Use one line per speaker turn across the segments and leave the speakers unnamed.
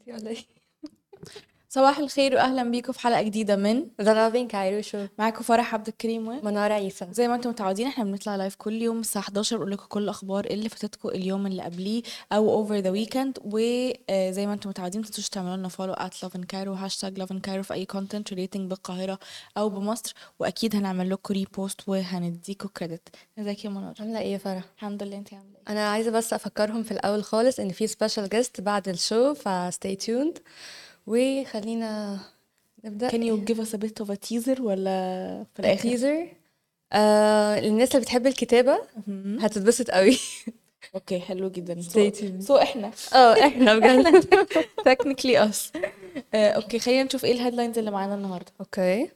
ولا ايه؟
صباح الخير واهلا بيكم في حلقه جديده من
ضربين كايرو شو.
معاكم فرح عبد الكريم
منار عيسى.
زي ما انتم متعودين احنا بنطلع لايف كل يوم الساعه 11 بقول لكم كل الاخبار اللي فاتتكم اليوم اللي قبليه او اوفر ذا ويكند. وزي ما انتم متعودين ما تنسوش تعملوا لنا فولو @loveandcairo هاشتاج loveandcairo في اي كونتنت ريليتنج بالقاهره او بمصر، واكيد هنعمل لكم ريبوست وهنديكم كريدت. ازيك يا منار؟
عامله ايه يا فرح؟
الحمد لله، انت عامله ايه؟
انا عايزه بس افكرهم في الاول خالص ان في سبيشال جيست بعد الشو، فستي تيوند. وخلينا نبدا.
Can you give us a bit of a teaser ولا في الاخر؟
التيزر. الناس اللي بتحب الكتابه
مهم.
هتتبسط قوي.
اوكي حلو جدا.
stay tuned.
احنا
احنا
احنا
بجد.
technically us. اوكي خلينا نشوف ايه الهيدلاينز اللي معانا النهارده.
اوكي.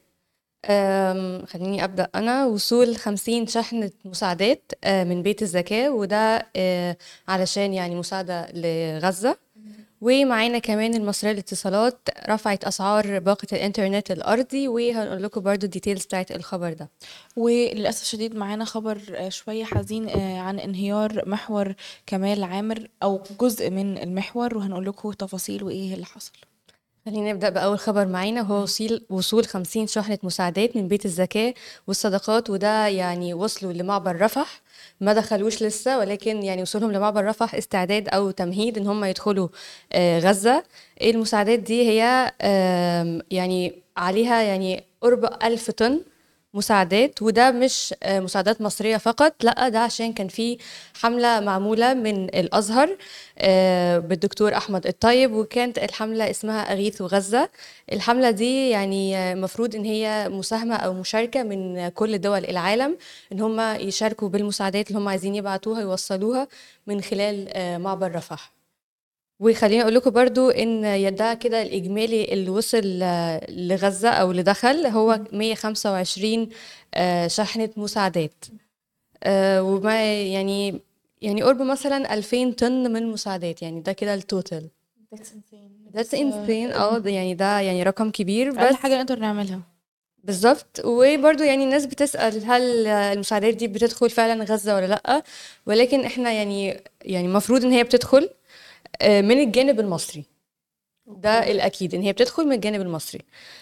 خليني أبدأ. أنا وصول 50 شحنة مساعدات من بيت الزكاة، وده علشان يعني مساعدة لغزة. ومعانا كمان المصرية للاتصالات رفعت أسعار باقة الإنترنت الأرضي، وهنقول لكم برضو الديتيلز بتاعت الخبر ده.
وللاسف الشديد معانا خبر شويه حزين عن انهيار محور كمال عامر او جزء من المحور، وهنقول لكم تفاصيل وايه اللي حصل.
خلينا نبدأ بأول خبر معانا، وهو وصول 50 شحنة مساعدات من بيت الزكاة والصدقات، وده يعني وصلوا لمعبر رفح. ما دخلوش لسه، ولكن يعني وصولهم لمعبر رفح استعداد أو تمهيد إن هم يدخلوا غزة. المساعدات دي هي يعني عليها يعني قرب 1000 طن مساعدات، وده مش مساعدات مصرية فقط، لا ده عشان كان في حملة معمولة من الأزهر بالدكتور أحمد الطيب، وكانت الحملة اسمها أغيث غزة. الحملة دي يعني مفروض إن هي مساهمة أو مشاركة من كل دول العالم، إن هم يشاركوا بالمساعدات اللي هم عايزين يبعتوها يوصلوها من خلال معبر رفح. وخليني اقول لكم برضو ان ده كده الاجمالي اللي وصل لغزة او اللي دخل هو 125 شحنة مساعدات. وما يعني قرب مثلا 2000 طن من مساعدات، يعني ده كده التوتال.
That's insane.
That's insane. ده يعني رقم كبير
اقل
بس.
حاجه نقدر نعملها.
بالظبط. وبرضو يعني الناس بتسأل هل المساعدات دي بتدخل فعلا غزة ولا لأ، ولكن احنا يعني المفروض ان هي بتدخل من الجانب المصري. ده الأكيد إن هي بتدخل من الجانب المصري.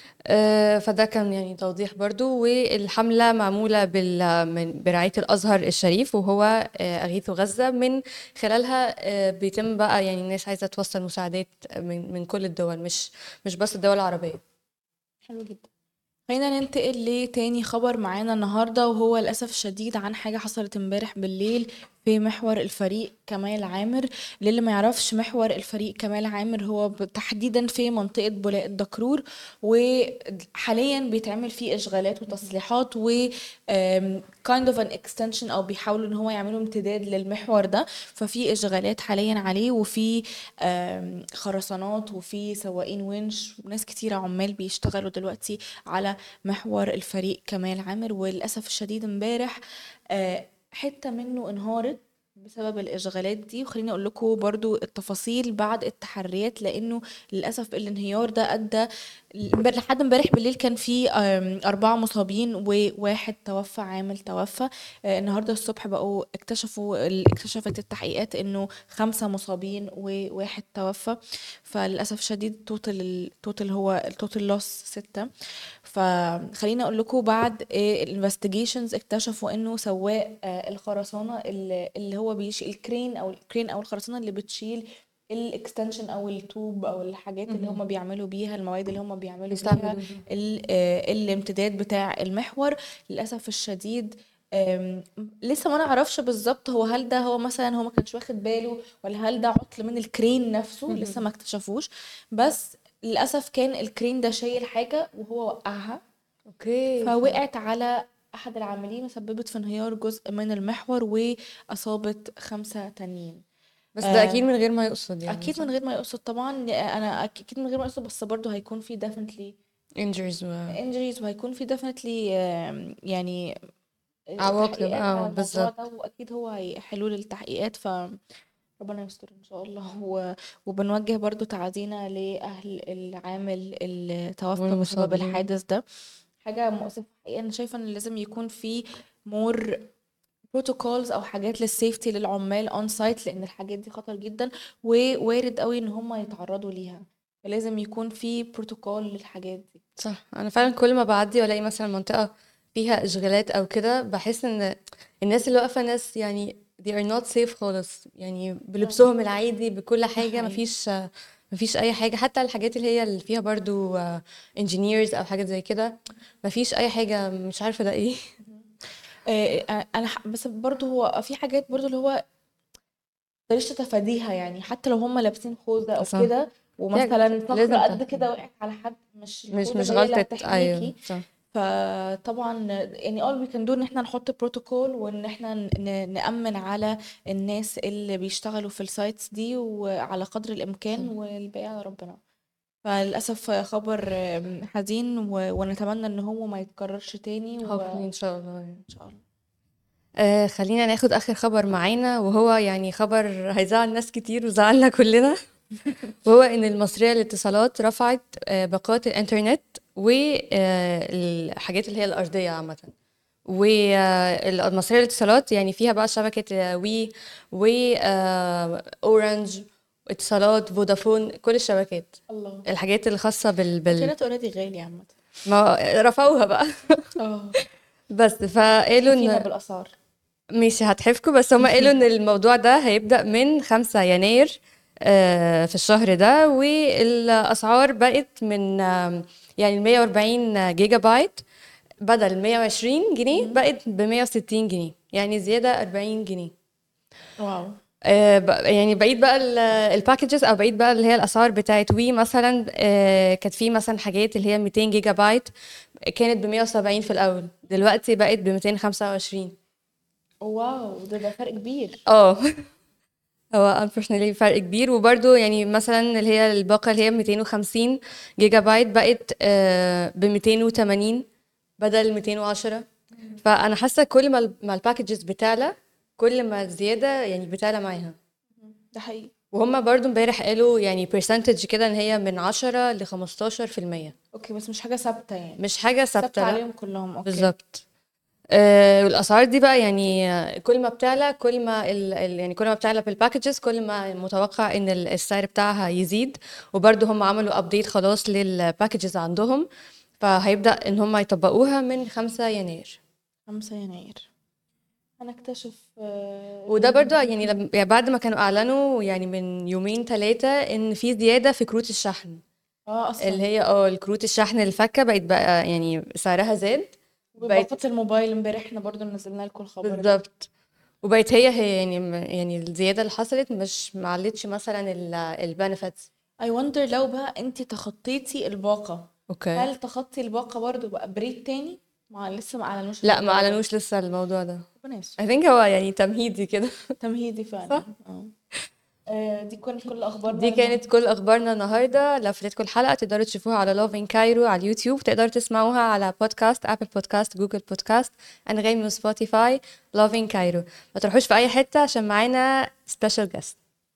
فده كان يعني توضيح برضو. والحملة معمولة برعاية الأزهر الشريف، وهو أغيث غزة. من خلالها بيتم بقى يعني الناس عايزة توصل مساعدات من كل الدول، مش بس الدول العربية.
حلو جدا. خلينا ننتقل لتاني خبر معانا النهارده، وهو للاسف الشديد عن حاجه حصلت امبارح بالليل في محور الفريق كمال عامر. للي ما يعرفش، محور الفريق كمال عامر هو تحديدا في منطقه بولاق الدكرور، وحاليا بيتعمل فيه اشغالات وتصليحات و kind of an extension، او بيحاولوا ان هو يعملوا امتداد للمحور ده. ففي اشغالات حاليا عليه، وفي خرسانات، وفي سواقين ونش، وناس كتيرة عمال بيشتغلوا دلوقتي على محور الفريق كمال عامر. وللأسف الشديد امبارح حتة منه انهارت بسبب الإشغالات دي. وخليني أقول لكم برضو التفاصيل بعد التحريات، لأنه للأسف الانهيار ده أدى لحد امبارح بالليل كان في 4 مصابين وواحد توفى، عامل توفى. النهارده الصبح بقوا اكتشفت التحقيقات انه 5 مصابين وواحد توفى. فللاسف شديد التوتال لوس 6. فخليني اقول لكم بعد الانفستيجيشنز اكتشفوا انه سواق الخرسانه اللي هو بيشيل الكرين او الخرسانه اللي بتشيل الاكستنشن او التوب او الحاجات اللي هم بيعملوا بيها المواد اللي هم بيعملوا بيها
بيستعملوا.
الامتداد بتاع المحور. للاسف الشديد لسه ما نعرفش بالظبط هل ده هو مثلا هو ما كانش واخد باله، ولا هل ده عطل من الكرين نفسه، لسه ما اكتشفوش. بس للاسف كان الكرين ده شايل حاجه وهو وقعها،
اوكي.
فوقعت على احد العاملين وسببت في انهيار جزء من المحور واصابت 5 تانيين.
بس ده اكيد
آه،
من غير ما يقصد، يعني
اكيد
صح.
من غير ما يقصد طبعا. انا اكيد من غير ما يقصد، بس برضه هيكون في definitely
injuries
injuries، وهيكون في definitely يعني
عواقب.
تحقيقات على الموضوع ده،
بالظبط.
واكيد هو حلول التحقيقات. فربنا يستر ان شاء الله. وبنوجه برضو تعازينا لاهل العامل اللي توفى بسبب
والمصابين.
الحادث ده. حاجه مؤسفه حقيقه. انا شايفه ان لازم يكون في مور بروتوكولز او حاجات للسيفتي للعمال اون سايت، لان الحاجات دي خطر جدا ووارد قوي ان هم يتعرضوا ليها. فلازم يكون في بروتوكول للحاجات دي.
صح. انا فعلا كل ما بعدي والاقي مثلا منطقة فيها اشغالات او كده بحس ان الناس اللي واقفة ناس يعني they are not safe خالص، يعني بلبسهم العادي بكل
ده
حاجة،
حقيقي.
مفيش اي حاجة، حتى الحاجات اللي هي اللي فيها برضو engineers او حاجات زي كده مفيش اي حاجة، مش عارفة ده ايه.
انا بس برضو هو في حاجات برضو اللي هو متقدريش تتفاديها، يعني حتى لو هم لابسين خوذة او
صح.
كده
في حاجة
ومثلا صخرة
لازم
قد
تحصل،
كده وقعت على حد، مش الخوذة
مش
هي اللي
غلطة. ايوه
هتحميكي.
صح.
فطبعا يعني all we can do ان احنا نحط بروتوكول، وان احنا نأمن على الناس اللي بيشتغلوا في السايتس دي وعلى قدر الامكان،
صح.
والباقي على ربنا. فللأسف خبر حزين، ونتمنى ان هو ما يتكررش تاني،
hopefully
وان
ان شاء الله يعني.
شاء الله.
خلينا ناخد آخر خبر معانا، وهو يعني خبر هيزعل ناس كتير وزعلنا كلنا. وهو إن المصرية للاتصالات رفعت باقات الإنترنت والحاجات اللي هي الأرضية عامة. والمصرية للاتصالات يعني فيها بقى شبكة وي وأورنج، اتصالات، فودافون، كل الشبكات،
الله.
الحاجات اللي خاصة
الانترنت اوريدي غالي عامة.
ما رفعوها بقى.
اه،
بس فقالوا
فينا
إن
بالاسعار.
مش هتحفكوا، بس هم قالوا ان الموضوع ده هيبدأ من 5 يناير في الشهر ده، والأسعار بقت من يعني 140 جيجا بايت بدل 120 جنيه
مهم.
بقت ب 160 جنيه، يعني زيادة 40 جنيه.
واو.
يعني بقيت بقى الباكجز، او بقيت بقى اللي هي الاسعار بتاعت وي مثلا، كانت في مثلا حاجات اللي هي 200 جيجا بايت كانت ب 170 في الاول، دلوقتي بقت ب 225.
واو، ده فرق كبير.
اه. هو unfortunately فرق كبير. وبرده يعني مثلا اللي هي الباقة اللي هي 250 جيجا بايت بقت ب 280 بدل 210. فأنا حاسة كل ما الباكجز بتعلى كل ما الزيادة يعني بتعلى معاها.
ده حقيقي.
وهم برضو امبارح قالوا يعني percentage كده ان هي من 10 ل 15%.
اوكي، بس مش حاجة ثابتة يعني.
مش حاجة
ثابتة
ثابتة، لا.
عليهم كلهم. اوكي.
بالظبط. والاسعار دي بقى يعني كل ما بتعلى كل ما يعني كل ما بتعلى بالباكجز كل ما متوقع ان السعر بتاعها يزيد. وبرضه هم عملوا ابديت خلاص للباكجز عندهم، فهيبدأ ان هم يطبقوها من 5 يناير.
5 يناير هنكتشف
وده برضه يعني يعني بعد ما كانوا اعلنوا يعني من يومين 3 ان في زيادة في كروت الشحن، اللي
اصلا.
هي الكروت الشحن الفكة بقت بقى يعني سعرها زاد.
وباقة
بقت
الموبايل امبارح احنا برضو نزلنا لكم الخبر ده.
بالظبط. وبقت هي يعني يعني الزيادة اللي حصلت مش معلتش مثلا البنفيتس.
I wonder لو بقى انت تخطيتي الباقة،
اوكي.
هل تخطي الباقة برضو بقى بريد تاني؟ لسه ما اعلنوش
لا ما
الموضوع ده.
اعلنوش لسه الموضوع ده.
ربنا
I
يستر.
think هو يعني تمهيدي كده.
تمهيدي
صح.
فعلا. دي كانت كل اخبارنا
دي كانت كل اخبارنا النهارده. لو فاتتكم الحلقه تقدروا تشوفوها على لوف ان كايرو على اليوتيوب، تقدروا تسمعوها على بودكاست ابل بودكاست، جوجل بودكاست، انغامي، وسبوتيفاي. لوف ان كايرو. ما تروحوش في اي حته عشان معانا سبيشال جيست.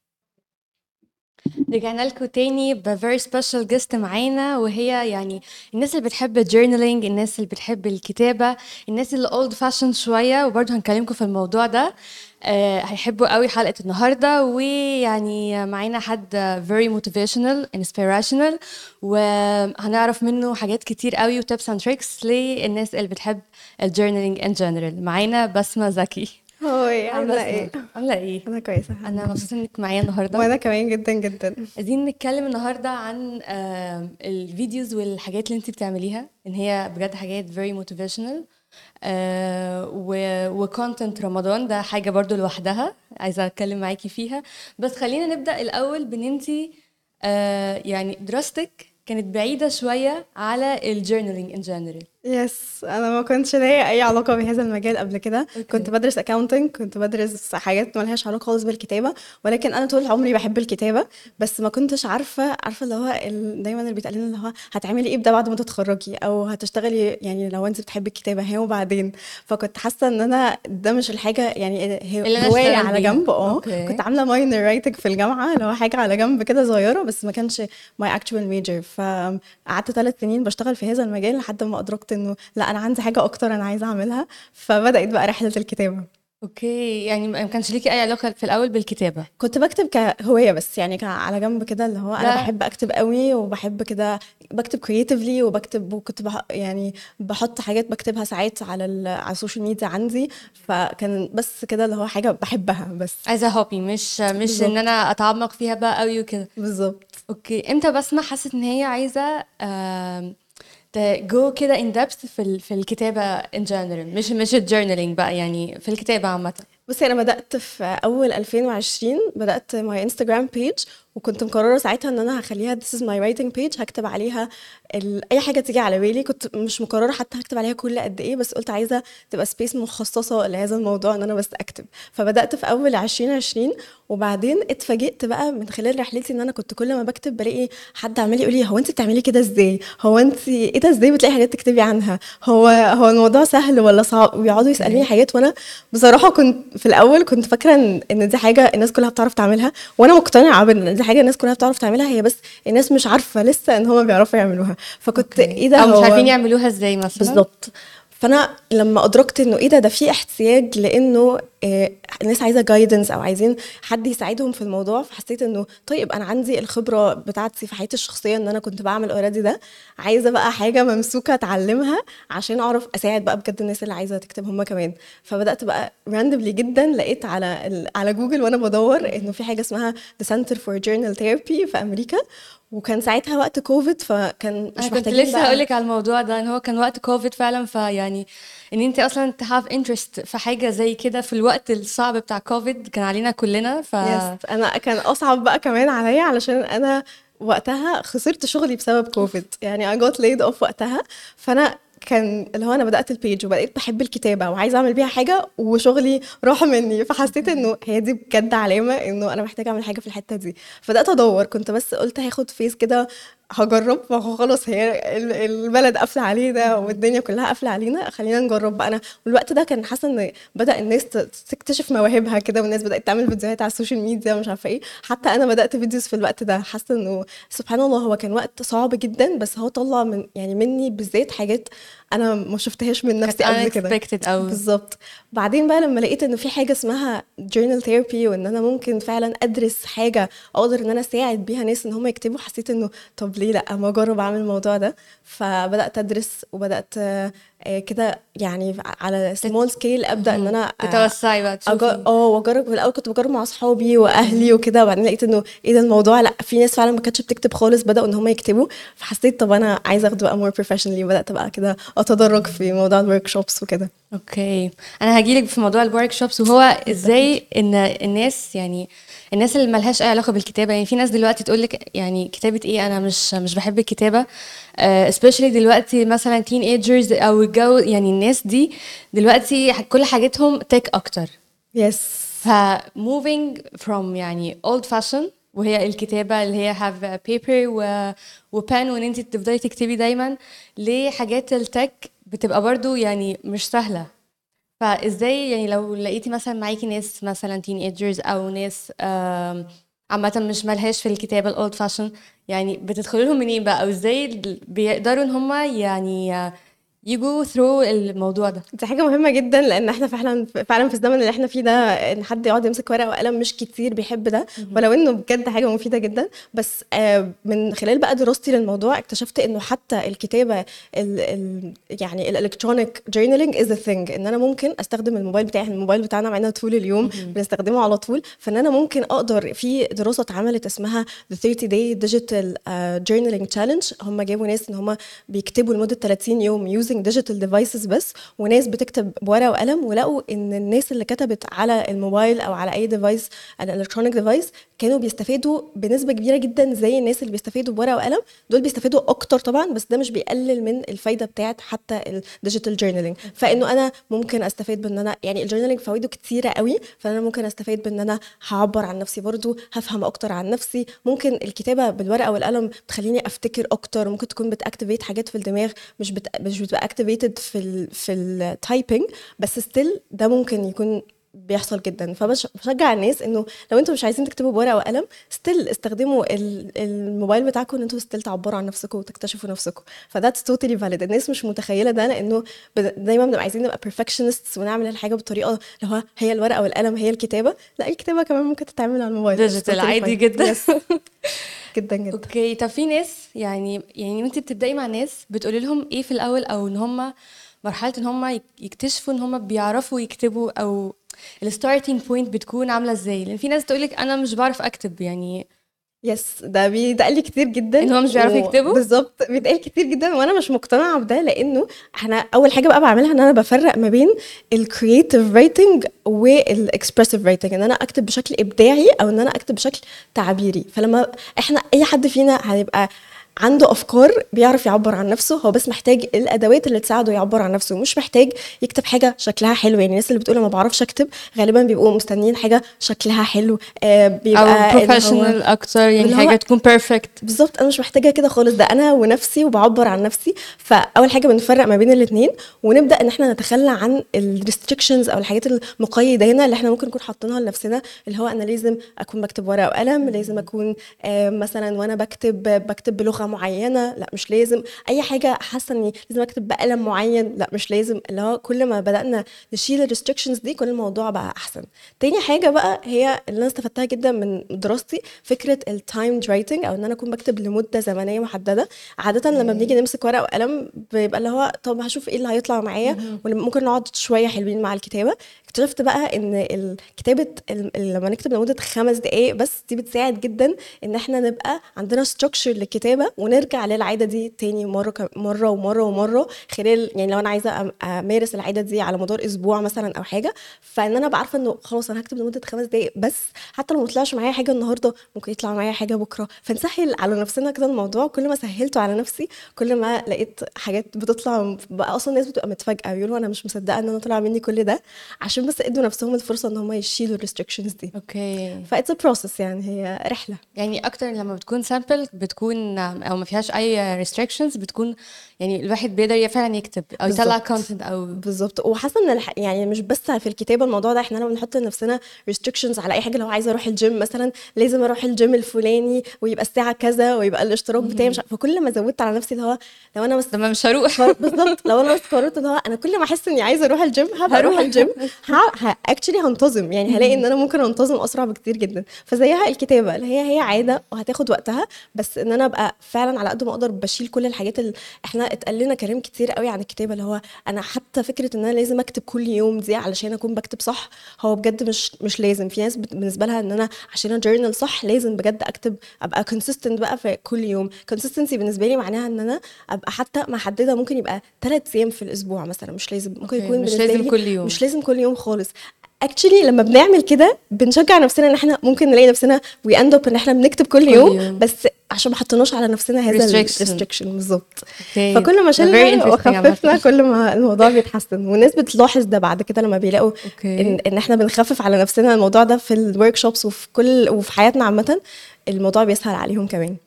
رجعنا لكم تاني ب very special guest معانا، وهي يعني الناس اللي بتحب الجورنالينج، الناس اللي بتحب الكتابة، الناس اللي old fashioned شوية، وبرضه هنكلمكم في الموضوع ده. هيحبوا قوي حلقة النهاردة. ويعني معانا حد very motivational inspirational، وهنعرف منه حاجات كتير قوي وتيبس and tricks للناس اللي بتحب الجورنالينج in general. معانا بسمة زكي.
هاي،
هاي
عاملة
بسمة،
ايه؟
عاملة ايه؟
أنا كويسة الحمد
أنا
لله.
مبسوطة إنك معايا النهاردة.
وأنا كمان جدا جدا.
عايزين نتكلم النهاردة عن الفيديوز والحاجات اللي انت بتعمليها، ان هي بجد حاجات very motivational. وكونتنت رمضان ده حاجة برضو لوحدها عايزة اتكلم معاكي فيها. بس خلينا نبدأ الأول بان انت يعني دراستك كانت بعيدة شوية على الجورنالينج in general.
يس، أنا ما كنتش ليا أي علاقة بهذا المجال قبل كده. كنت
اوكي.
بدرس accounting، كنت بدرس حاجات ما لهاش علاقة خالص بالكتابة، ولكن أنا طول عمري بحب الكتابة. بس ما كنتش عارفة اللي هو دايما اللي بيتقال لنا اللي هو هتعملي ايه ده بعد ما تتخرجي، أو هتشتغلي يعني لو انت بتحبي الكتابة هي وبعدين. فكنت حاسة ان انا ده مش الحاجة، يعني
اللي انا
هواية
اشتغل
على
بيها.
جنب. كنت
اوكي.
عاملة ماينر رايتنج في الجامعة، اللي هو حاجة على جنب كده صغيرة، بس ما كانش my actual major. قعدت 3 سنين بشتغل في هذا المجال لحد ما أدركت إنه لا، أنا عندي حاجة أكتر أنا عايزة أعملها. فبدأت بقى رحلة الكتابة.
اوكي، يعني ما كانش ليكي اي علاقة في الاول بالكتابة؟
كنت بكتب كهواية بس، يعني على جنب كده، اللي هو انا
ده
بحب اكتب قوي وبحب كده بكتب creatively، وبكتب وكنت يعني بحط حاجات بكتبها ساعات على السوشيال ميديا عندي، فكان بس كده اللي هو حاجة بحبها بس.
عايزة هوبي، مش ان
بالظبط.
انا اتعمق فيها بقى قوي وكده.
بالظبط.
اوكي، امتى بسمة حست ان هي عايزة جو كده in depth في الكتابة in general، مش الجورنالينج بقى، يعني في الكتابة عامة؟
بصي انا بدات في اول 2020، بدات ماي انستجرام بيج، وكنت مقرره ساعتها ان انا هخليها this is my writing page، هكتب عليها اي حاجه تيجي على بالي. كنت مش مقرره حتى هكتب عليها كل قد ايه، بس قلت عايزه تبقى سبيس مخصصه لهذا الموضوع ان انا بس اكتب. فبدات في اول 2020، وبعدين اتفاجئت بقى من خلال رحلتي ان انا كنت كل ما بكتب بلاقي حد عمال يقول لي هو انت بتعملي كده ازاي، هو انت ايه ده، ازاي بتلاقي حاجات تكتبي عنها، هو الموضوع سهل ولا صعب، ويقعدوا يسالوني
اوكي.
حاجات. وانا بصراحة كنت في الأول كنت فاكرة إن دي حاجة الناس كلها بتعرف تعملها، وأنا مقتنعة بإن دي حاجة الناس كلها بتعرف تعملها، هي بس الناس مش عارفة لسه إن هما بيعرفوا يعملوها. فكنت
اوكي،
إيه ده
او مش عارفين
هو.
يعملوها ازاي مثلا.
بالظبط. فانا لما ادركت انه ايه ده في احتياج لانه الناس عايزه جايدنس او عايزين حد يساعدهم في الموضوع، فحسيت انه طيب انا عندي الخبره بتاعتي في حياتي الشخصيه ان انا كنت بعمل اوريدي ده، عايزه بقى حاجه ممسوكه اتعلمها عشان اعرف اساعد بقى بجد الناس اللي عايزه تكتب هم كمان. فبدات بقى راندملي جدا لقيت على جوجل وانا بدور انه في حاجه اسمها The Center for Journal Therapy في امريكا، وكان ساعتها وقت كوفيد، فكان
انا
مش
كنت
محتاجين
لسه
بقى.
هقولك على الموضوع ده، ان هو كان وقت كوفيد فعلا، فيعني ان انت اصلا to have interest في حاجة زي كده في الوقت الصعب بتاع كوفيد كان علينا كلنا.
يس، انا كان اصعب بقى كمان عليا علشان انا وقتها خسرت شغلي بسبب كوفيد، يعني I got laid off وقتها. فانا كان اللي هو انا بدأت البيج وبقيت بحب الكتابة وعايزة اعمل بيها حاجة، وشغلي راح مني، فحسيت انه هي دي بجد علامة انه انا محتاجة اعمل حاجة في الحتة دي. فبدأت ادور، كنت بس قلت هاخد فيس كده هجرب، فهو خلاص هي البلد قافلة علينا والدنيا كلها قافلة علينا، خلينا نجرب بقى. انا والوقت ده كان حاسة ان بدأ الناس تكتشف مواهبها كده، والناس بدأت تعمل فيديوهات على السوشيال ميديا مش عارفة ايه. حتى انا بدأت فيديوز في الوقت ده. حاسة انه سبحان الله هو كان وقت صعب جدا، بس هو طلع من يعني مني بالذات حاجات انا ما شفتهاش من
كانت
نفسي قبل كده.
unexpected او
بالظبط. بعدين بقى لما لقيت انه في حاجة اسمها journal therapy، وان انا ممكن فعلا ادرس حاجة اقدر ان انا اساعد بيها ناس ان هم يكتبوا، حسيت انه طب ليه لا ما اجرب اعمل الموضوع ده. فبدات ادرس وبدات كده يعني على سمول سكيل ابدا ان انا
تتوسعي بقى تشوفي.
واجرب. في الاول كنت بجرب مع اصحابي واهلي وكده، وبعدين لقيت انه ايه ده الموضوع، لا في ناس فعلا ما كانتش بتكتب خالص بداوا ان هم يكتبوا. فحسيت طب انا عايزه اخده بقى مور بروفيشنالي، وبدات بقى كده اتدرج في موضوع الورك شوبس وكده.
اوكي، انا هجيلك في موضوع الورك شوبس، وهو ازاي ان الناس، يعني الناس اللي ملهاش اي علاقه بالكتابه، يعني في ناس دلوقتي تقولك يعني كتابه ايه، انا مش بحب الكتابه. especially دلوقتي مثلا teenagers او الجو، يعني الناس دي دلوقتي كل حاجتهم تك اكتر.
يس.
ف moving from يعني old fashion، وهي الكتابة اللي هي have paper و pen، وان انت تفضلي تكتبي دايما، لحاجات التك بتبقى برضو يعني مش سهلة. فازاي يعني لو لقيتي مثلا معاكي ناس مثلا teenagers او ناس عامة مش ملهاش في الكتابة الاولد فاشن، يعني بتدخلي لهم منين بقى، او ازاي بيقدروا ان هم يعني يجوا through الموضوع ده؟
دي حاجة مهمة جدا، لأن احنا فعلا في الزمن اللي احنا فيه ده إن حد يقعد يمسك ورقة وقلم مش كتير بيحب ده، ولو إنه بجد حاجة مفيدة جدا. بس من خلال بقى دراستي للموضوع اكتشفت إنه حتى الكتابة يعني الالكترونيك جورنالينج از ا ثينج، إن أنا ممكن أستخدم الموبايل بتاعي. الموبايل بتاعنا معانا طول اليوم بنستخدمه على طول، فإن أنا ممكن أقدر في دراسة اتعملت اسمها The 30 Day Digital Journaling Challenge. هم جابوا ناس إن هم بيكتبوا لمدة 30 يوم using digital devices بس، وناس بتكتب بورقه وقلم، ولقوا ان الناس اللي كتبت على الموبايل او على اي ديفايس الالكترونيك ديفايس كانوا بيستفادوا بنسبه كبيره جدا زي الناس اللي بيستفادوا بورقه وقلم. دول بيستفادوا اكتر طبعا، بس ده مش بيقلل من الفايده بتاعت حتى الديجيتال جورنالينج. فانه انا ممكن استفاد بان انا يعني الجورنالينج فوائده كتيره قوي، فانا ممكن استفاد بان انا هعبر عن نفسي، برضو هفهم اكتر عن نفسي. ممكن الكتابه بالورقه والقلم بتخليني افتكر اكتر، ممكن تكون بتاكتيفيت حاجات في الدماغ مش بتبقى اكتيفيتد في التايبنج، بس ستيل ده ممكن يكون بيحصل جدا. فبشجع الناس انه لو انتوا مش عايزين تكتبوا بورقه وقلم ستيل استخدموا الموبايل بتاعكم ان انتوا ستيل تعبروا عن نفسكم وتكتشفوا نفسكم. فذاتس توتالي فاليد. الناس مش متخيله ده، لانه دايما بنبقى عايزين نبقى perfectionists ونعمل الحاجه بالطريقه اللي هي الورقه والقلم هي الكتابه. لا، الكتابه كمان ممكن تتعمل على الموبايل
ديجيتال عادي جدا.
جدا جدا.
اوكي، طب في ناس يعني وانت بتبداي مع ناس بتقولي لهم ايه في الاول، او ان هم مرحله ان هم يكتشفوا ان هم بيعرفوا يكتبوا، او الستارتنج بوينت بتكون عامله ازاي؟ لان في ناس تقولك انا مش بعرف اكتب، يعني
يس، ده بيتقال لي كتير جدا
ان هو مش بيعرفوا يكتبوا.
بالظبط، بيتقال كتير جدا وانا مش مقتنعه بده، لانه احنا اول حاجه بقى بعملها ان انا بفرق ما بين الكرييتيف رايتنج والاكسبرسيف رايتنج، ان انا اكتب بشكل ابداعي او ان انا اكتب بشكل تعبيري. فلما احنا اي حد فينا هيبقى عنده افكار بيعرف يعبر عن نفسه، هو بس محتاج الادوات اللي تساعده يعبر عن نفسه، مش محتاج يكتب حاجه شكلها حلو. يعني الناس اللي بتقول ما بعرفش اكتب غالبا بيبقوا مستنيين حاجه شكلها حلو، بيبقى
او بروفيشنال اكتر، يعني
اللي هو
حاجه تكون بيرفكت.
بالظبط. انا مش محتاجه كده خالص، ده انا ونفسي وبعبر عن نفسي. فاول حاجه بنفرق ما بين الاثنين، ونبدا ان احنا نتخلى عن الريستريكشنز او الحاجات المقيده هنا اللي احنا ممكن نكون حاطينها لنفسنا، اللي هو انا لازم اكون بكتب ورقه وقلم، لازم اكون مثلا وانا بكتب بلغه معينه، لا مش لازم اي حاجه حاسه اني لازم اكتب بقلم معين، لا مش لازم. اللي هو كل ما بدانا نشيل الريستريكشنز دي كل الموضوع بقى احسن. تاني حاجه بقى هي اللي انا استفدتها جدا من دراستي، فكره التايمد رايتنج، او ان انا اكون بكتب لمده زمنيه محدده. عاده لما بنيجي نمسك ورقه وقلم بيبقى اللي هو طب هشوف ايه اللي هيطلع معايا، وممكن نقعد شويه حلوين مع الكتابه. اكتشفت بقى ان الكتابه لما نكتب لمده 5 دقائق بس دي بتساعد جدا ان احنا نبقى عندنا ستراكشر للكتابه، ونرجع للعاده دي تاني مره ومره خلال، يعني لو انا عايزه امارس العاده دي على مدار اسبوع مثلا او حاجه، فان انا بعرفه انه خلاص انا هكتب لمده 5 دقائق بس، حتى لو ما طلعش معايا حاجه النهارده ممكن يطلع معايا حاجه بكره. فنسهل على نفسنا كده الموضوع. كل ما سهلته على نفسي كل ما لقيت حاجات بتطلع. بقى اصلا الناس بتبقى متفاجئه، بيقولوا انا مش مصدقه ان انا طلع مني كل ده، عشان بس ادوا نفسهم الفرصه ان هم يشيلوا الريستريكشنز دي.
اوكي،
فايتس ا بروسس، يعني هي رحله.
يعني اكتر لما بتكون سامبل بتكون او ما فيهاش اي restrictions، بتكون يعني الواحد بيقدر فعلا يكتب او يطلع كونتنت او
بالظبط. وحاسه ان يعني مش بس في الكتابه الموضوع ده، احنا لما بنحط لنفسنا restrictions على اي حاجه، لو عايزه اروح الجيم مثلا لازم اروح الجيم الفلاني ويبقى الساعه كذا ويبقى الاشتراك بتاعي مش فكل ما زودت على نفسي اللي هو لو انا بس
لما مش هروح
بالظبط، لو انا بس قررت اللي هو انا كل ما احس اني عايزه اروح الجيم هبقى اروح الجيم، اكشلي هنتظم. يعني هلاقي ان انا ممكن انتظم اسرع بكتير جدا. فزيها الكتابه اللي هي عاده وهتاخد وقتها، بس ان انا ابقى فعلا على قد ما اقدر بشيل كل الحاجات اللي احنا اتقال لنا كلام كتير قوي عن الكتابه، اللي هو انا حتى فكره ان انا لازم اكتب كل يوم دي علشان اكون بكتب صح، هو بجد مش لازم. في ناس بالنسبه لها ان انا عشان اجورنال صح لازم بجد اكتب، ابقى كونسيستنت بقى في كل يوم. كونسيستنسي بالنسبه لي معناها ان انا ابقى حتى محدده، ممكن يبقى 3 ايام في الاسبوع مثلا، مش لازم، ممكن يكون
مش
بالنسبه
لازم
لي
كل يوم.
مش لازم كل يوم خالص. اكشلي لما بنعمل كده بنشجع نفسنا ان احنا ممكن نلاقي نفسنا وي اند اب ان احنا بنكتب كل يوم، بس عشان ما حطيناش على نفسنا هذا الريستريكشن. بالظبط. فكل ما شلنا وخففنا كل ما الموضوع بيتحسن، والناس بتلاحظ ده بعد كده لما بيلاقوا ان احنا بنخفف على نفسنا الموضوع ده في الورك شوبس وفي حياتنا عامه، الموضوع بيسهل عليهم كمان.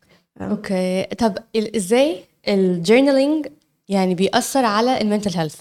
اوكي، طب ازاي الجورنالينج يعني بيأثر على المنتل هيلث؟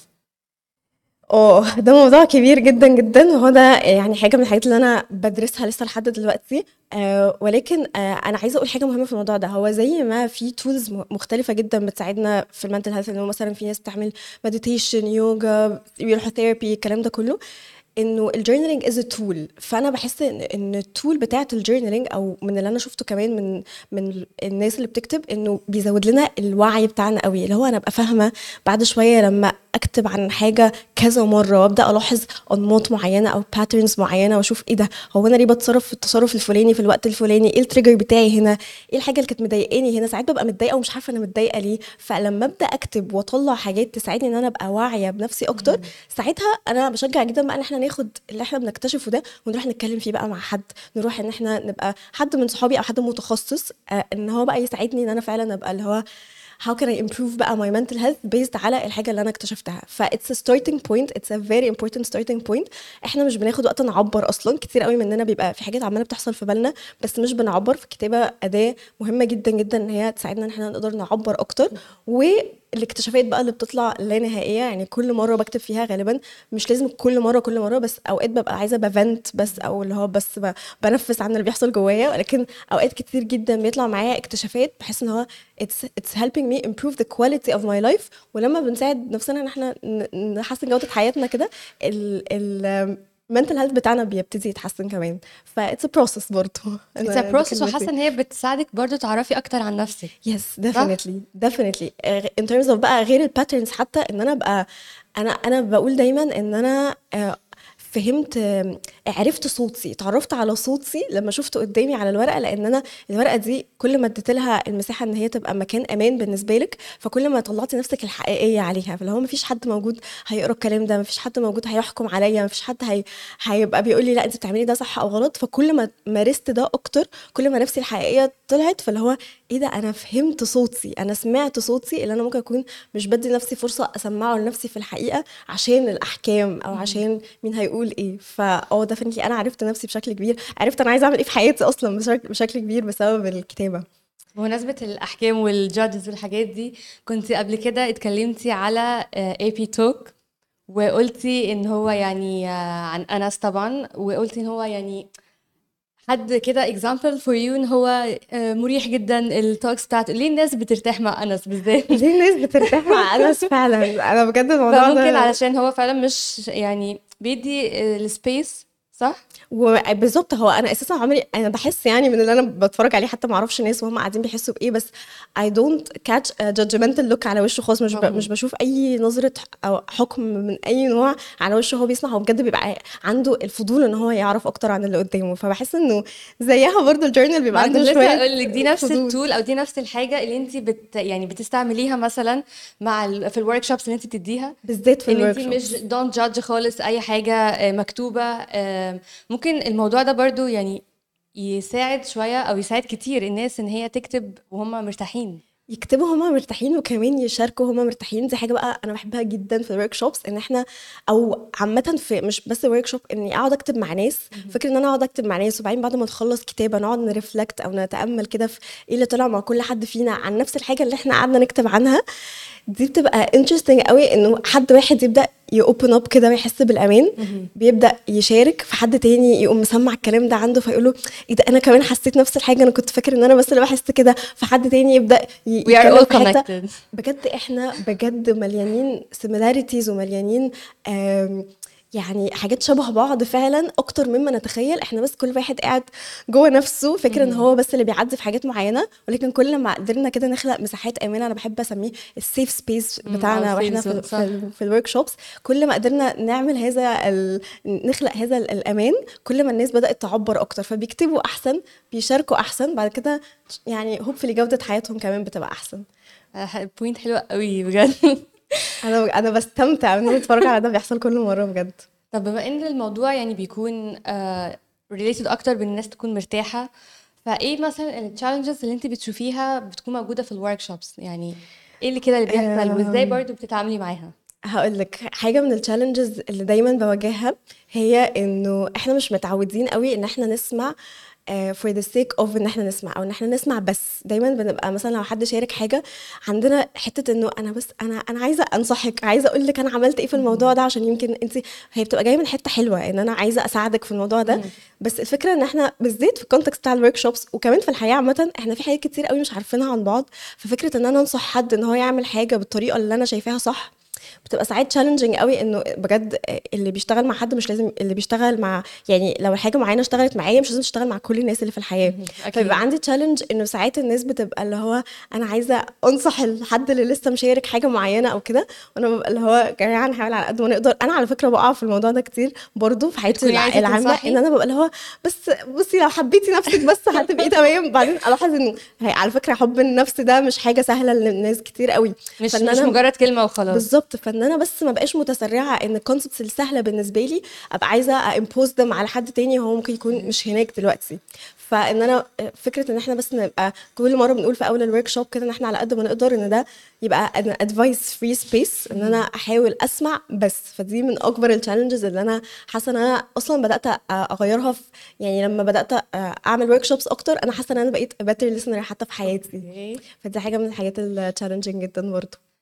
ده موضوع كبير جدا جدا، وهو ده يعني حاجه من الحاجات اللي انا بدرسها لسه لحد دلوقتي. ولكن انا عايزه اقول حاجه مهمه في الموضوع ده. هو زي ما في تولز مختلفه جدا بتساعدنا في المنتل هيلث، انه مثلا في ناس بتعمل مديتيشن، يوجا، بيروحوا ثيرابي، الكلام ده كله، انه الجورنالينج از تول. فانا بحس ان التول بتاعه الجورنالينج، او من اللي انا شفته كمان من الناس اللي بتكتب، انه بيزود لنا الوعي بتاعنا قوي، اللي هو انا ابقى فاهمه بعد شويه لما اكتب عن حاجه كذا مره وابدا الاحظ انماط معينه او باترنز معينه، واشوف ايه ده، هو انا ليه بتصرف في التصرف الفلاني في الوقت الفلاني، ايه التريجر بتاعي هنا، ايه الحاجه اللي كانت مضايقاني هنا. ساعات ببقى متضايقه ومش عارفه انا متضايقه ليه، فلما ابدا اكتب واطلع حاجات تساعدني ان انا ابقى واعيه بنفسي اكتر، ساعتها انا بشجع جدا بقى ان احنا ناخد اللي احنا بنكتشفه ده ونروح نتكلم فيه بقى مع حد، نروح ان احنا نبقى حد من صحابي او حد متخصص، ان هو بقى يساعدني ان انا فعلا ابقى اللي هو how can I improve بقى my mental health based على الحاجة اللي أنا اكتشفتها. it's a starting point, it's a very important starting point. احنا مش بناخد وقت نعبر أصلا، كتير قوي مننا بيبقى في حاجات عمالة بتحصل في بالنا بس مش بنعبر. في الكتابة أداة مهمة جدا جدا إن هي تساعدنا إن احنا نقدر نعبر أكتر، الاكتشافات بقى اللي بتطلع لا نهائيه، يعني كل مره بكتب فيها غالبا، مش لازم كل مره، بس اوقات ببقى عايزه بفنت بس، او اللي هو بس بنفس عن اللي بيحصل جوايا، ولكن اوقات كتير جدا بيطلع معايا اكتشافات بحس ان هو it's helping me improve the quality of my life. ولما بنساعد نفسنا ان احنا نحسن جوده حياتنا كده، ال mental health بتاعنا بيبتدي يتحسن كمان. ف it's a process برضه.
it's a
انا دي
process، وحاسه
كلمتي.
ان هي بتساعدك برضو تعرفي اكتر عن نفسك.
yes
صح؟
definitely in terms of بقى غير الباترنز، حتى ان انا ابقى انا بقول دايما ان انا فهمت، عرفت صوتي، اتعرفت على صوتي لما شفته قدامي على الورقه، لان انا الورقه دي كل ما اديت لها المساحه ان هي تبقى مكان امان بالنسبه لك، فكل ما طلعتي نفسك الحقيقيه عليها. فاللي هو مفيش حد موجود هيقرا الكلام ده، مفيش حد موجود هيحكم عليا، مفيش حد هيبقى بيقول لي لا انت بتعملي ده صح او غلط. فكل ما مارست ده اكتر، كل ما نفسي الحقيقيه طلعت. فاللي هو ايه ده، انا فهمت صوتي، انا سمعت صوتي اللي انا ممكن اكون مش بدي نفسي فرصه اسمعه لنفسي في الحقيقه عشان الاحكام او عشان مين هيقول ايه. ده فنتي انا عرفت نفسي بشكل كبير، عرفت انا عايزه اعمل ايه في حياتي اصلا بشكل كبير بسبب الكتابه.
بمناسبة الأحكام والجادجز والحاجات دي، كنت قبل كده اتكلمتي على AP توك، وقلتي ان هو يعني عن أنس طبعا، وقلتي ان هو يعني حد كده example for you، ان هو مريح جدا التوكس بتاعته. ليه الناس بترتاح مع أنس بالذات؟
ليه الناس بترتاح مع انس فعلا؟ انا بجد الموضوع
فممكن
ده
علشان هو فعلا مش يعني بيدي السبيس، صح؟
وبالظبط. هو انا اساسا عمري، انا بحس يعني من اللي انا بتفرج عليه، حتى ما اعرفش الناس وهم قاعدين بيحسوا بايه، بس I don't catch a judgmental look على وشه خالص. مش بشوف اي نظره او حكم من اي نوع على وشه. هو بيسمع، هو بجد بيبقى عنده الفضول ان هو يعرف اكتر عن اللي قدامه. فبحس انه زيها برضو الجورنال بيبقى
ما انا
عنده
كنت لسه
شويه
اقول لك دي نفس
فضول.
التول او دي نفس الحاجه اللي انت يعني بتستعمليها مثلا مع في الورك شوبس اللي انت بتديها،
بالذات في
ان انت
الورك
مش
شوبس.
don't judge خالص اي حاجه مكتوبه. ممكن الموضوع ده برضو يعني يساعد شويه او يساعد كتير الناس ان هي تكتب وهم مرتاحين.
يكتبوا هما مرتاحين، وكمان يشاركوا هما مرتاحين. دي حاجه بقى انا بحبها جدا في الورك شوبس، ان احنا او عامه في مش بس الورك شوب، اني اقعد اكتب مع ناس. فكره ان انا اقعد اكتب مع ناس، وبعدين بعد ما نخلص كتابه نقعد نرفلكت او نتامل كده في ايه اللي طلع مع كل حد فينا عن نفس الحاجه اللي احنا قعدنا نكتب عنها. دي بتبقى interesting قوي، انه حد واحد يبدا يopen up كده ويحس بالامان، بيبدا يشارك في حد تاني يقوم مسمع الكلام ده عنده، فيقول له ايه ده، انا كمان حسيت نفس الحاجه، انا كنت فاكر ان انا بس اللي بحس كده. فحد تاني يبدا
we are
يتكلم
all
في حته.
connected.
بجد احنا بجد مليانين similarities ومليانين يعني حاجات شبه بعض فعلا اكتر مما نتخيل. احنا بس كل واحد قاعد جوه نفسه فكره ان هو بس اللي بيعدي في حاجات معينه، ولكن كل ما قدرنا كده نخلق مساحات امنه، انا بحب اسميه السيف سبيس بتاعنا واحنا في الورك شوبس. كل ما قدرنا نعمل نخلق هذا الامان، كل ما الناس بدات تعبر اكتر، فبيكتبوا احسن، بيشاركوا احسن، بعد كده يعني هوبفلي جوده حياتهم كمان بتبقى احسن.
بوينت حلوه قوي بجد.
انا بستمتع ان انا اتفرج على ده بيحصل كل مره بجد.
طب بما ان الموضوع يعني بيكون related اكتر بان الناس تكون مرتاحه، فايه مثلا التشالنجز اللي انت بتشوفيها بتكون موجوده في الورك شوبس؟ يعني ايه اللي كده اللي بيحصل، وازاي برضو بتتعاملي معاها؟
هقول لك حاجه من التشالنجز اللي دايما بواجهها، هي انه احنا مش متعودين قوي ان احنا نسمع for the sake of ان احنا نسمع، او ان احنا نسمع بس. دايما بنبقى مثلا لو حد شارك حاجه، عندنا حته انه انا بس انا عايزه انصحك، عايزه اقول لك انا عملت ايه في الموضوع ده، عشان يمكن انت، هي بتبقى جايه من حته حلوه ان انا عايزه اساعدك في الموضوع ده. بس الفكره ان احنا بالذات في الكونتكست بتاع الورك شوبس، وكمان في الحياه عامه، احنا في حاجات كتير قوي مش عارفينها عن بعض. ففكره ان انا انصح حد ان هو يعمل حاجه بالطريقه اللي انا شايفاها صح، بتبقى ساعات تشالنجينج قوي. انه بجد اللي بيشتغل مع حد مش لازم اللي بيشتغل مع، يعني لو الحاجه معينه اشتغلت معايا مش لازم تشتغل مع كل الناس اللي في الحياه. فبيبقى عندي تشالنج انه ساعات الناس بتبقى اللي هو انا عايزه انصح الحد اللي لسه مشارك حاجه معينه او كده، وانا ببقى اللي هو يا جماعه نحاول على قد ما نقدر. انا على فكره بقع في الموضوع ده كتير برضو في حياتي العامه، ان انا ببقى اللي هو بس بصي لو حبيتي نفسك بس هتبقي تمام. بعدين الاحظ انه على فكره حب النفس ده مش حاجه سهله للناس كتير قوي،
مش مجرد كلمه وخلاص.
بالظبط. فان انا بس ما بقاش متسرعه ان الكونسبتس السهله بالنسبه لي ابقى عايزه امبوز دم على حد تاني وهو ممكن يكون مش هناك دلوقتي. فان انا فكره ان احنا بس نبقى كل مره بنقول في اول الورك شوب كده ان احنا على قد ما نقدر ان ده يبقى ادفايس فري سبيس، ان انا احاول اسمع بس. فدي من اكبر التشالنجز اللي انا حاسه ان انا اصلا بدات اغيرها في، يعني لما بدات اعمل ورك شوبس اكتر، انا حاسه ان انا بقيت باتر ليسنر حتى في حياتي. فدي حاجه من الحاجات التشالنجينج جدا برضه.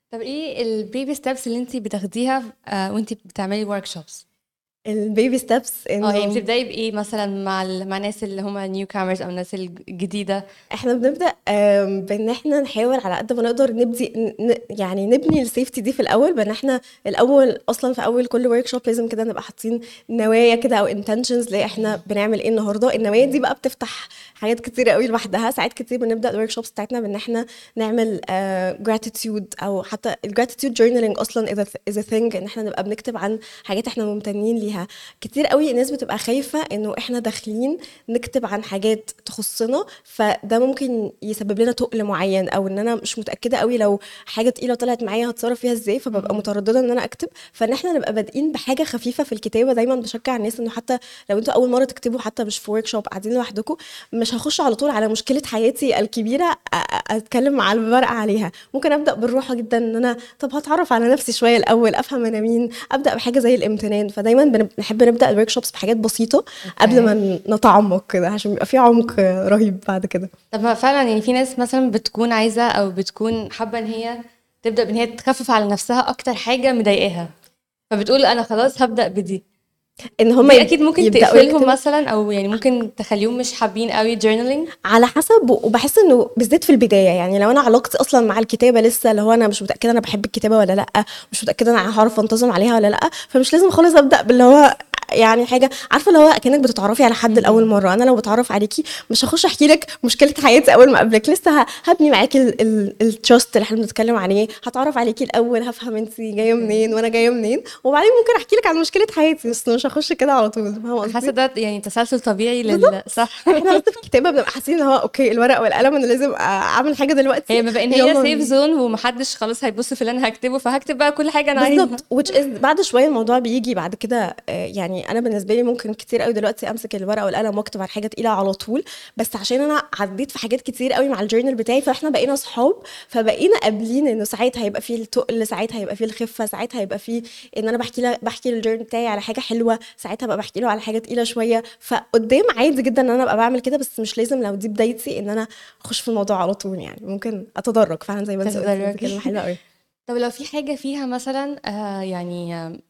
طب ايه البيبي ستابس اللي انت بتاخديها وانت بتعملي ورك شوبس؟
البيبي ستابس
يعني
انه
بتبداي بايه مثلا مع مع الناس اللي هم نيو كامرز او الناس الجديده؟
احنا بنبدأ بان احنا نحاول على قد ما نقدر نبدي يعني نبني السيفتي دي في الاول، بان احنا الاول اصلا في اول كل ورك شوب لازم كده نبقى حاطين نوايا كده او intentions ليه احنا بنعمل ايه النهارده. النوايا دي بقى بتفتح حاجات كتير قوي لوحدها. ساعات كتير بنبدأ الورك شوبس بتاعتنا بان احنا نعمل gratitude، او حتى الجراتيتيود journaling اصلا is a thing، ان احنا نبقى بنكتب عن حاجات احنا ممتنين ليها. كتير قوي الناس بتبقى خايفة انه احنا داخلين نكتب عن حاجات تخصنا، فده ممكن يسبب لنا تقل معين، او ان انا مش متاكده قوي لو حاجه تقيله طلعت معايا هتصرف فيها ازاي، فببقى متردده ان انا اكتب. فان احنا نبقى بادئين بحاجه خفيفه في الكتابه. دايما بشجع الناس انه حتى لو انتوا اول مره تكتبوا، حتى مش في ورك شوب قاعدين لوحدكم، مش هخش على طول على مشكله حياتي الكبيره اتكلم على الورقه عليها. ممكن ابدا بالراحه جدا، ان انا طب هتعرف على نفسي شويه الاول، افهم انا مين، ابدا بحاجه زي الامتنان. فدايما بنحب نبدا الورك شوبس بحاجات بسيطه قبل ما نتعمق كده، عشان بيبقى في عمق رهيب بعد كده.
طب ما فعلا يعني في ناس مثلا بتكون عايزه او بتكون حابه ان هي تبدا بان هي تخفف على نفسها اكتر حاجه مضايقاها، فبتقول انا خلاص هبدا بدي.
ان هم
دي اكيد ممكن
يبداوا
تقفلهم
يكتبوا
مثلا، او يعني ممكن تخليهم مش حابين قوي journaling.
على حسب. وبحس انه بالذات في البدايه، يعني لو انا علاقتي اصلا مع الكتابه لسه اللي هو انا مش متاكده انا بحب الكتابه ولا لا، مش متاكده انا هعرف انتظم عليها ولا لا، فمش لازم خالص ابدا باللي هو يعني حاجه عارفه اللي هو كانك بتتعرفي على حد لاول مره. انا لو بتعرف عليكي مش هخش احكي لك مشكله حياتي اول ما اقابلك، لسه هبني معاكي التراست اللي احنا بنتكلم عليه، هتعرف عليكي الاول، هفهم انت جايه منين وانا جايه منين، وبعدين ممكن احكي لك عن مشكله حياتي، بس مش هخش كده على طول. فاهمه
حاسه
قصدي؟
ده يعني تسلسل طبيعي
بالظبط.
صح.
احنا بس في الكتابه بنبقى حاسين ان هو اوكي الورقه والقلم انا لازم اعمل حاجه دلوقتي،
هي بما ان هي
يلا
سيف زون ومحدش خلاص هيبص في اللي انا هكتبه، فهكتب بقى كل حاجه انا عايزها.
بالظبط. which is بعد شويه الموضوع بيجي بعد كده. يعني انا بالنسبه لي ممكن كتير قوي دلوقتي امسك الورقه والقلم واكتب عن حاجه تقيله على طول، بس عشان انا عديت في حاجات كتير قوي مع الجورنال بتاعي، فاحنا بقينا اصحاب، فبقينا قابلين انه ساعات هيبقى فيه التقل، ساعات هيبقى فيه الخفه، ساعات هيبقى فيه ان انا بحكي للجورنال بتاعي على حاجه حلوه، ساعتها بقى بحكي له على حاجه تقيله شويه. فقدام عادي جدا ان انا ابقى بعمل كده، بس مش لازم لو دي بدايتي ان انا اخش في الموضوع على طول. يعني ممكن اتدرج فعلا زي ما انت قلتي، دي كلمه
تتدرجي.
حلوه قوي.
طب لو في حاجه فيها مثلا يعني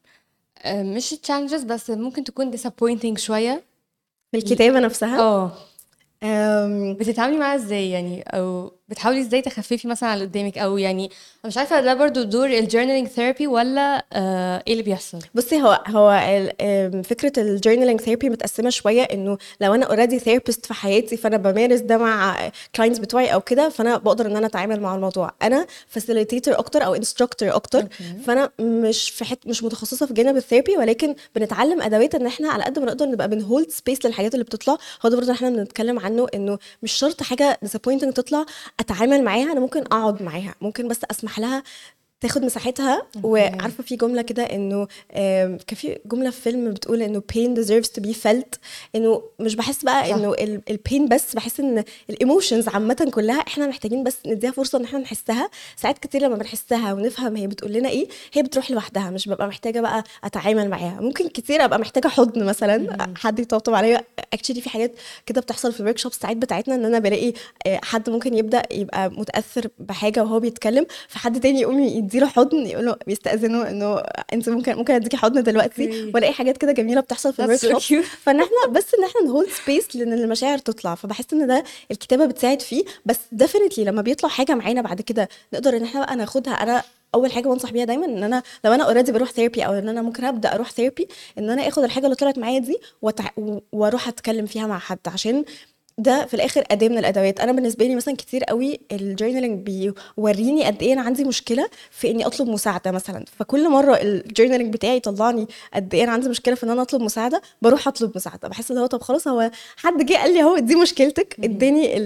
مش challenges بس ممكن تكون disappointing شويه.
في الكتابه نفسها
اه
أم،
بتتعاملي معاها ازاي يعني، او بتحاولي ازاي تخففي مثلا على اللي قدامك، او يعني أنا مش عارفه ده برضو دور الجورنالينج ثيرابي ولا ايه اللي بيحصل؟
بصي هو فكره الجورنالينج ثيرابي متقسمه شويه، انه لو انا اوريدي ثيرابيست في حياتي فانا بمارس ده مع كلاينتس بتوعي او كده، فانا بقدر ان انا اتعامل مع الموضوع. انا فاسيليتيتور اكتر او انستراكتور اكتر،
اوكي.
فانا مش متخصصه في جانب الثيرابي، ولكن بنتعلم ادوات ان احنا على قد ما نقدر نبقى بنهولد سبيس للحاجات اللي بتطلع. هو ده برضه احنا بنتكلم عنه، انه مش شرط حاجه disappointing تطلع اتعامل معاها، انا ممكن اقعد معاها، ممكن بس اسمح لها تاخد مساحتها.
اوكي.
وعارفه في جمله كده انه كان في جمله في فيلم بتقول انه pain deserves to be felt، انه مش بحس بقى
صح.
انه البين، بس بحس ان الايموشنز عامه كلها احنا محتاجين بس نديها فرصه ان احنا نحسها. ساعات كتير لما بنحسها ونفهم هي بتقول لنا ايه، هي بتروح لوحدها، مش ببقى محتاجه بقى اتعامل معاها. ممكن كتير ابقى محتاجه حضن مثلا، حد يطبطب عليا. اكشلي في حاجات كده بتحصل في الورك شوب ساعات بتاعتنا، ان انا بلاقي حد ممكن يبدا يبقى متاثر بحاجه وهو بيتكلم، فحد تاني يقوم يديله حضن، يقول له بيستاذنه انه انت ممكن اديكي حضن دلوقتي.
اوكي.
والاقي حاجات كده جميله بتحصل في
That's
الورك
so
شوب،
cute.
فان احنا بس ان احنا نهولد سبيس لان المشاعر تطلع. فبحس ان ده الكتابه بتساعد فيه. بس ديفينتلي لما بيطلع حاجه معانا بعد كده نقدر ان احنا بقى ناخدها. انا اول حاجه بنصح بيها دايما ان انا لو انا اوريدي بروح ثيرابي، او ان انا ممكن ابدا اروح ثيرابي، ان انا اخد الحاجه اللي طلعت معايا دي واروح اتكلم فيها مع حد، عشان ده في الاخر اداه من الادوات. انا بالنسبه لي مثلا كتير قوي الجورنالينج بيوريني قد ايه انا عندي مشكله في اني اطلب مساعده مثلا. فكل مره الجورنالينج بتاعي يطلعني قد ايه انا عندي مشكله في ان انا اطلب مساعده، بروح اطلب مساعده. بحس ان هو طب خلاص، هو حد جه قال لي اهو دي مشكلتك، اداني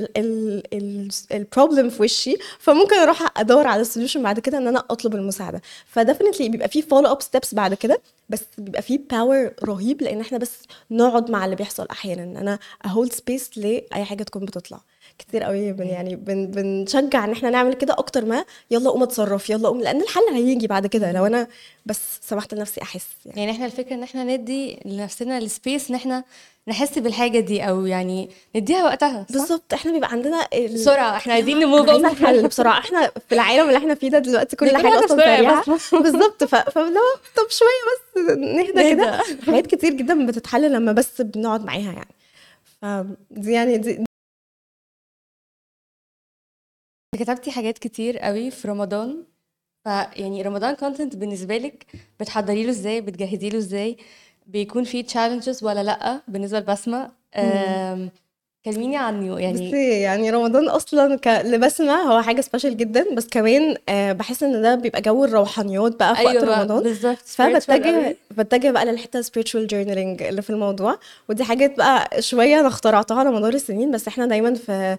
البروبلم في وشي، فممكن اروح ادور على السوليوشن بعد كده ان انا اطلب المساعده. فديفينتلي بيبقى فيه فولو اب ستيبس بعد كده، بس بيبقى فيه باور رهيب لان احنا بس نقعد مع اللي بيحصل. احيانا انا اهولد سبيس لاي حاجه تكون بتطلع كتير قوي. يعني بنشجع ان احنا نعمل كده اكتر ما يلا قوم اتصرف، يلا قوم، لان الحل هيجي بعد كده لو انا بس سمحت لنفسي احس.
يعني احنا الفكره ان احنا ندي لنفسنا السبيس ان احنا نحس بالحاجة دي أو يعني نديها وقتها، صح؟
بالظبط، احنا بيبقى عندنا
بسرعة احنا عايزين
انا
نموف
عايزه
اون.
الحل بسرعه، احنا في العالم اللي احنا فيه ده دلوقتي كل
كل
حاجه
حاجة
اصلا
بسرعة يا
سريعه.
بسمة.
بالظبط، فلو طب شويه بس نهدى كده،
نهدى.
حاجات كتير جدا بتتحل لما بس بنقعد معاها يعني. فدي يعني دي
كتبتي حاجات كتير قوي في رمضان، فيعني رمضان كونتنت بالنسبة لك بتحضري له ازاي، بتجهزي له ازاي، بيكون فيه challenges ولا لأ بالنسبة لبسمة؟ كلميني عنه يعني.
بصي، يعني رمضان اصلا لبسمة هو حاجه سبيشال جدا، بس كمان بحس ان ده بيبقى جو الروحانيات بقى في وقت
ايوه بقى
رمضان.
بالظبط spiritual قوي.
فبتجه بقى للحته spiritual journaling اللي في الموضوع. ودي حاجات بقى شويه انا اخترعتها على مدار السنين، بس احنا دايما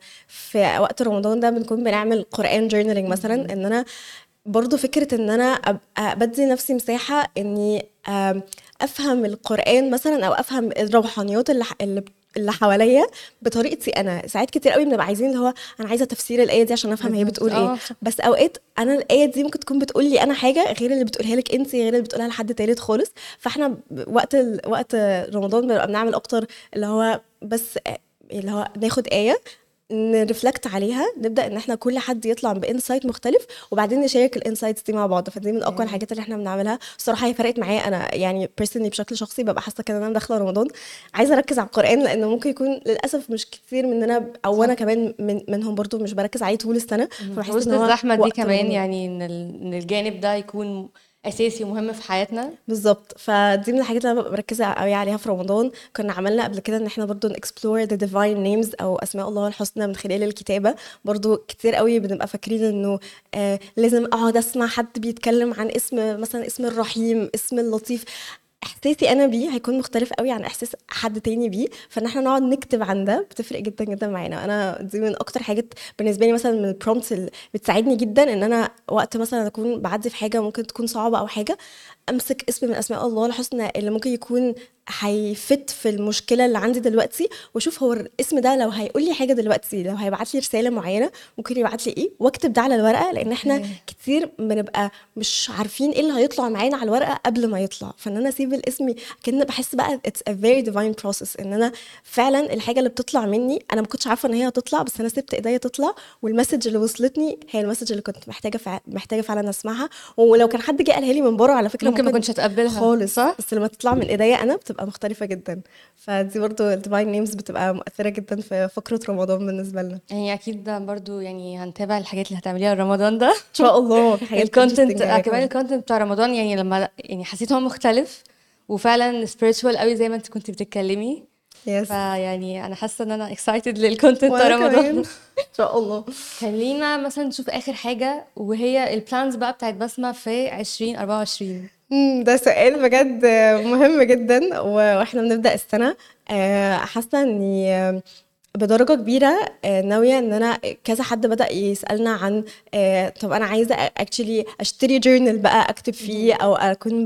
في وقت رمضان ده بنكون بنعمل قرآن journaling مثلا. ان انا برضو فكرة ان انا ابقى بدي نفسي مساحة اني افهم القرآن مثلا، او افهم الروحانيات اللي حواليا بطريقتي انا. ساعات كتير قوي بنبقى عايزين اللي هو انا عايزه تفسير الايه دي عشان افهم هي
بالظبط
بتقول ايه.
صح.
بس اوقات انا الايه دي ممكن تكون بتقول لي انا حاجه غير اللي بتقولها لك انت، غير اللي بتقولها لحد تالت خالص. فاحنا وقت رمضان بنبقى بنعمل اكتر اللي هو بس اللي هو ناخد ايه، نرفلكت عليها، نبدا ان احنا كل حد يطلع بانسايت مختلف، وبعدين نشارك الانسايتس دي مع بعض. فدي من اقوى الحاجات اللي احنا بنعملها. الصراحه هي فرقت معايا انا يعني بيرسونلي بشكل شخصي. ببقى حاسه كده ان انا داخله رمضان عايزه اركز على القران، لانه ممكن يكون للاسف مش كتير مننا، او انا
صح.
كمان منهم برضو مش بركز عليه طول السنه. فبحس
وسط
ان هو
الزحمة دي
وقت
كمان
رمضان
يعني إن الجانب ده يكون أساسي ومهم في حياتنا.
بالظبط. فدي من الحاجات اللي انا ببقى مركزه قوي عليها في رمضان. كنا عملنا قبل كده ان احنا برضو نكسبلور ذا ديفاين نيمز او اسماء الله الحسنى من خلال الكتابه. برضو كتير قوي بنبقى فاكرين انه لازم اقعد اسمع حد بيتكلم عن اسم مثلا اسم الرحيم، اسم اللطيف. احساسي انا بيه هيكون مختلف قوي عن احساس حد تاني بيه. فان احنا نقعد نكتب عن ده بتفرق جدا جدا معانا. انا دي من اكتر حاجات بالنسبه لي مثلا من البرومتس اللي بتساعدني جدا، ان انا وقت مثلا اكون بعدي في حاجه ممكن تكون صعبه او حاجه، امسك اسم من اسماء الله الحسنى اللي ممكن يكون هيفت في المشكله اللي عندي دلوقتي، واشوف هو الاسم ده لو هيقول لي حاجه دلوقتي، لو هيبعت لي رساله معينه ممكن يبعت لي ايه، واكتب ده على الورقه. لان احنا كتير بنبقى مش عارفين ايه اللي هيطلع معانا على الورقه قبل ما يطلع. فان انا اسيب الاسم كأن بحس بقى it's a very divine process، ان انا فعلا الحاجه اللي بتطلع مني انا ما كنتش عارفه ان هي هتطلع، بس انا سبت ايديا تطلع، والمسج اللي وصلتني هي المسج اللي كنت محتاجه فعلا اسمعها. ولو كان حد جه قالها لي من بره على فكره
ممكن ما
ممكن
كنتش أتقبلها،
خالص،
صح؟
بس لما تطلع من ايديا انا بتبقى مختلفه جدا. فدي برضو الديفاين نيمز بتبقى مؤثره جدا في فقره رمضان بالنسبه لنا.
يعني أكيد ده برضو يعني هنتابع الحاجات اللي هتعمليها رمضان ده.
ان شاء الله في حاجات
الكونتنت
interesting جايه
كمان
كمان.
الكونتنت بتاع رمضان يعني لما يعني حسيت هو مختلف وفعلا spiritual قوي زي ما انت كنت بتتكلمي.
يس،
فيعني انا حاسه ان انا excited للكونتنت بتاع
وانا
رمضان.
كمان ان شاء الله.
خلينا مثلا نشوف اخر حاجه وهي البلانز بقى بتاعت بسمة في 2024.
ده سؤال بجد مهم جدا واحنا بنبدأ السنة. حاسة اني بدرجة كبيرة ناوية ان انا كذا حد بدأ يسألنا عن طب انا عايزة actually اشتري جورنال بقى اكتب فيه، او اكون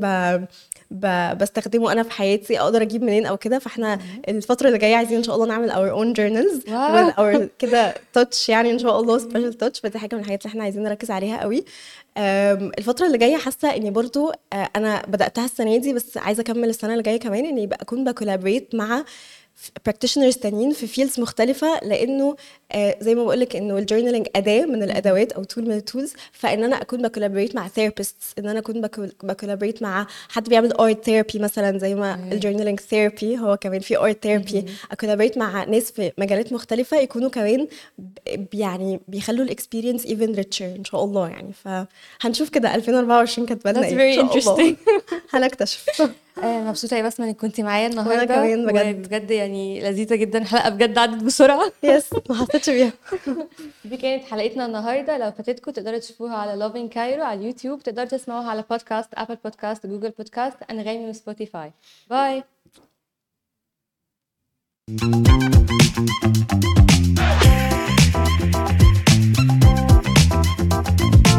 بستخدمه انا في حياتي، اقدر اجيب منين او كده. فاحنا الفترة اللي جاية عايزين ان شاء الله نعمل our own journals
واو.
with our كده touch، يعني ان شاء الله special touch. فدي حاجة من الحاجات اللي احنا عايزين نركز عليها قوي. الفترة اللي جاية حاسة اني برضو انا بدأتها السنة دي، بس عايزة اكمل السنة اللي جاية كمان، اني يبقى اكون بكولابريت مع practitioners تانيين في fields مختلفة. لانه زي ما بقولك انه الجورنالينج أداة من الأدوات او tool من التولز. فان انا اكون بكولابريت مع therapists، ان انا اكون بكولابريت مع حد بيعمل art therapy مثلا، زي ما الجورنالينج therapy هو كمان في art therapy. اكولابريت مع ناس في مجالات مختلفة يكونوا كمان يعني بيخلوا الاكسبيرينس even richer ان شاء الله. يعني فهنشوف كده 2024 كاتبه لنا
That's
ايه ان
very
شاء الله.
interesting.
هنكتشف.
مبسوطه يا بسمة انك كنتي معايا
وانا
النهارده
كمان بجد.
وبجد يعني لذيذه جدا الحلقه بجد عدت بسرعه.
يس، ما حسيتش بيها.
دي كانت حلقتنا النهارده. لو فاتتكم تقدروا تشوفوها على لوفين كايرو على اليوتيوب، تقدروا تسمعوها على بودكاست ابل بودكاست جوجل بودكاست انغامي وسبوتيفاي. باي.